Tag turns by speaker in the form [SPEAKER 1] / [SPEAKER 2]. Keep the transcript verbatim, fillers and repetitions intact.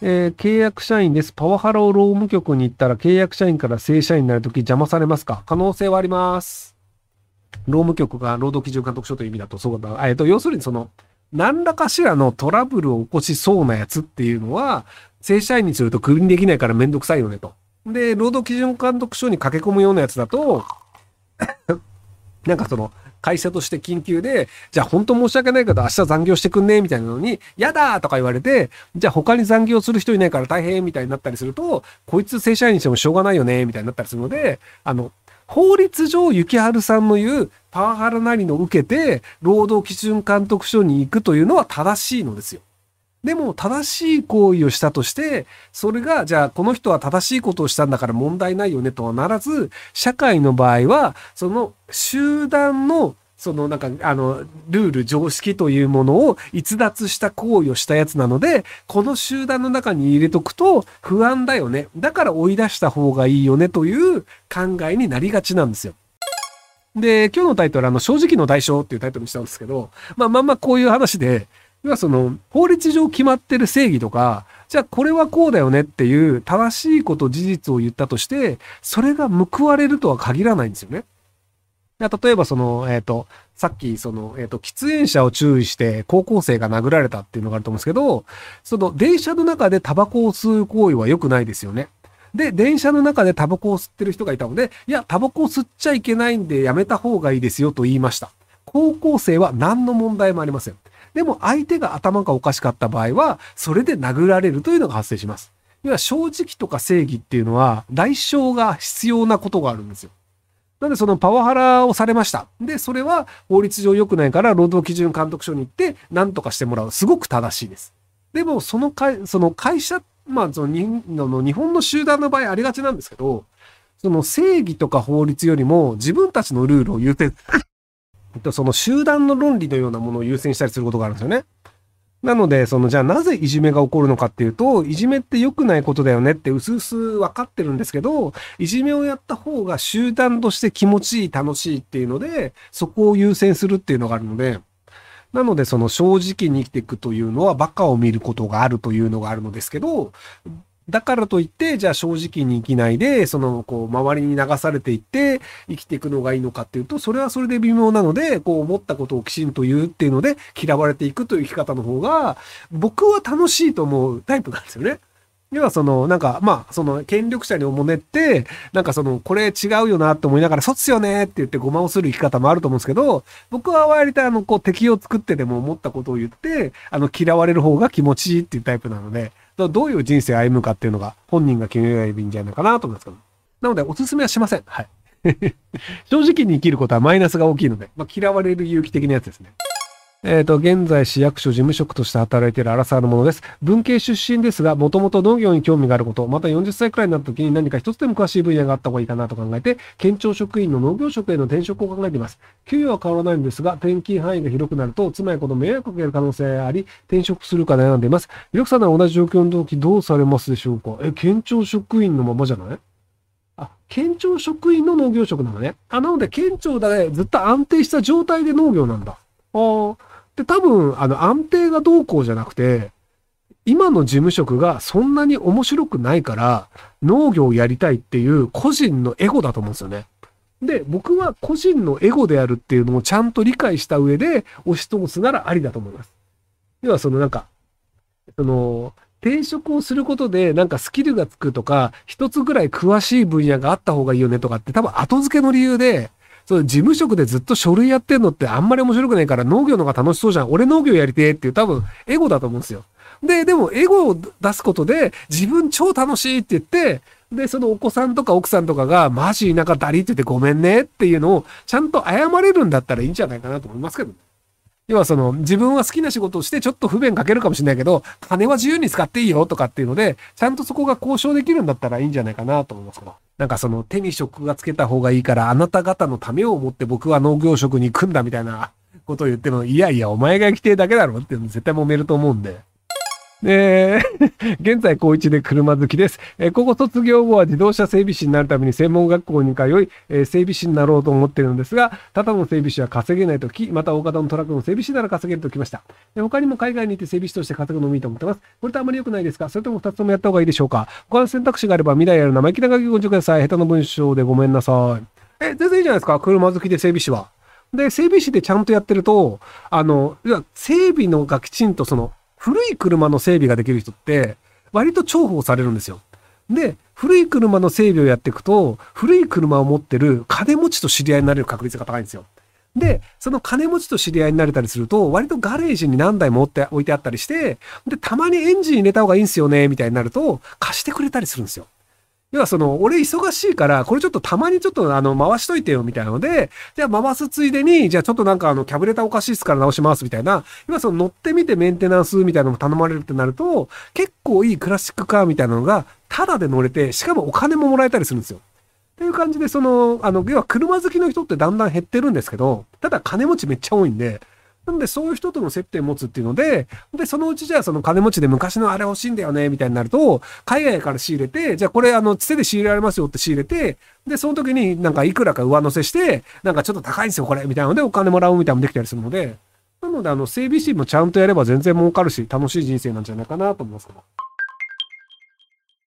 [SPEAKER 1] えー契約社員です。パワハラを労務局に行ったら契約社員から正社員になるとき邪魔されますか？可能性はあります。労務局が労働基準監督署という意味だと、そうだ。えっと、要するにその、何らかしらのトラブルを起こしそうなやつっていうのは、正社員にするとクビにできないからめんどくさいよねと。で、労働基準監督署に駆け込むようなやつだと、なんかその、会社として緊急で、じゃあ本当申し訳ないけど明日残業してくんねみたいなのに、やだーとか言われて、じゃあ他に残業する人いないから大変みたいになったりすると、こいつ正社員にしてもしょうがないよねみたいになったりするので、あの、法律上、雪春さんの言うパワハラなりの受けて、労働基準監督署に行くというのは正しいのですよ。でも、正しい行為をしたとして、それが、じゃあ、この人は正しいことをしたんだから問題ないよねとはならず、社会の場合は、その集団の、そのなんか、あの、ルール、常識というものを逸脱した行為をしたやつなので、この集団の中に入れとくと不安だよね。だから追い出した方がいいよねという考えになりがちなんですよ。で、今日のタイトルは、あの、正直の代償っていうタイトルにしたんですけど、まあまあまあこういう話で、要はその、法律上決まってる正義とか、じゃあこれはこうだよねっていう正しいこと、事実を言ったとして、それが報われるとは限らないんですよね。例えばその、えっと、さっきその、えっと、喫煙者を注意して高校生が殴られたっていうのがあると思うんですけど、その電車の中でタバコを吸う行為は良くないですよね。で、電車の中でタバコを吸ってる人がいたので、いや、タバコを吸っちゃいけないんでやめた方がいいですよと言いました。高校生は何の問題もありません。でも相手が頭がおかしかった場合は、それで殴られるというのが発生します。要は正直とか正義っていうのは、代償が必要なことがあるんですよ。なのでそのパワハラをされました。で、それは法律上良くないから労働基準監督署に行って何とかしてもらう。すごく正しいです。でもその会、その会社、まあその日の日本の集団の場合ありがちなんですけど、その正義とか法律よりも自分たちのルールを優先、その集団の論理のようなものを優先したりすることがあるんですよね。なので、その、じゃあなぜいじめが起こるのかっていうと、いじめって良くないことだよねってうすうす分かってるんですけど、いじめをやった方が集団として気持ちいい、楽しいっていうので、そこを優先するっていうのがあるので、なので、その正直に生きていくというのは、馬鹿を見ることがあるというのがあるのですけど、だからといって、じゃあ正直に生きないで、その、こう、周りに流されていって、生きていくのがいいのかっていうと、それはそれで微妙なので、こう、思ったことをきちんと言うっていうので、嫌われていくという生き方の方が、僕は楽しいと思うタイプなんですよね。要はその、なんか、まあ、その、権力者におもねって、なんかその、これ違うよなって思いながら、そうっすよねって言ってごまをする生き方もあると思うんですけど、僕は割とあの、こう、敵を作ってでも思ったことを言って、あの、嫌われる方が気持ちいいっていうタイプなので、どういう人生を歩むかっていうのが、本人が決めればいいんじゃないかなと思いますけど。なので、おすすめはしません。はい。正直に生きることはマイナスが大きいので、まあ、嫌われる有機的なやつですね。えっと、現在市役所事務職として働いているアラサーのものです。文系出身ですが、もともと農業に興味があること、またよんじゅっさいくらいになった時に何か一つでも詳しい分野があった方がいいかなと考えて、県庁職員の農業職への転職を考えています。給与は変わらないんですが、転勤範囲が広くなると、妻や子供迷惑をかける可能性があり、転職するか悩んでいます。ひろくさんなら同じ状況の時どうされますでしょうか？え、県庁職員のままじゃない？あ、県庁職員の農業職なのね。あ、なので県庁でずっと安定した状態で農業なんだ。ああ。で、多分、あの、安定がどうこうじゃなくて、今の事務職がそんなに面白くないから、農業をやりたいっていう個人のエゴだと思うんですよね。で、僕は個人のエゴであるっていうのをちゃんと理解した上で押し通すならありだと思います。要はそのなんか、その、転職をすることでなんかスキルがつくとか、一つぐらい詳しい分野があった方がいいよねとかって多分後付けの理由で、そう事務職でずっと書類やってんのってあんまり面白くないから農業の方が楽しそうじゃん。俺農業やりてーっていう多分エゴだと思うんですよ。で、でもエゴを出すことで自分超楽しいって言って、で、そのお子さんとか奥さんとかがマジ田舎だりって言ってごめんねっていうのをちゃんと謝れるんだったらいいんじゃないかなと思いますけど。要はその自分は好きな仕事をしてちょっと不便かけるかもしれないけど、金は自由に使っていいよとかっていうので、ちゃんとそこが交渉できるんだったらいいんじゃないかなと思いますけど。なんかその手に職がつけた方がいいからあなた方のためを思って僕は農業職に行くんだみたいなことを言っても、いやいやお前が生きてるだけだろって絶対揉めると思うんで。 えー現在高いちで車好きです。えー高校卒業後は自動車整備士になるために専門学校に通い、えー整備士になろうと思っているのですが、ただの整備士は稼げないとき、また大型のトラックの整備士なら稼げるときました。えー他にも海外に行って整備士として稼ぐのもいいと思ってます。これってあまり良くないですか？それともふたつともやった方がいいでしょうか？他の選択肢があれば未来ある生意気な書きご注意ください。下手な文章でごめんなさい。え、全然いいじゃないですか。車好きで整備士は。で、整備士でちゃんとやってると、あの、いや整備のがきちんとその、古い車の整備ができる人って、割と重宝されるんですよ。で、古い車の整備をやっていくと、古い車を持ってる金持ちと知り合いになれる確率が高いんですよ。で、その金持ちと知り合いになれたりすると、割とガレージに何台も置って置いてあったりして、で、たまにエンジン入れた方がいいんすよね、みたいになると、貸してくれたりするんですよ。要はその、俺忙しいから、これちょっとたまにちょっとあの、回しといてよ、みたいなので、じゃあ回すついでに、じゃあちょっとなんかあの、キャブレターおかしいっすから直します、みたいな、要はその乗ってみてメンテナンスみたいなのも頼まれるってなると、結構いいクラシックカーみたいなのが、タダで乗れて、しかもお金ももらえたりするんですよ。っていう感じで、その、あの、要は車好きの人ってだんだん減ってるんですけど、ただ金持ちめっちゃ多いんで、なので、そういう人との接点を持つっていうので、で、そのうちじゃあその金持ちで昔のあれ欲しいんだよね、みたいになると、海外から仕入れて、じゃあこれあの、つてで仕入れられますよって仕入れて、で、その時になんかいくらか上乗せして、なんかちょっと高いんですよ、これ、みたいなのでお金もらうみたいなのもできたりするので、なので、あの、整備士もちゃんとやれば全然儲かるし、楽しい人生なんじゃないかなと思いますけど。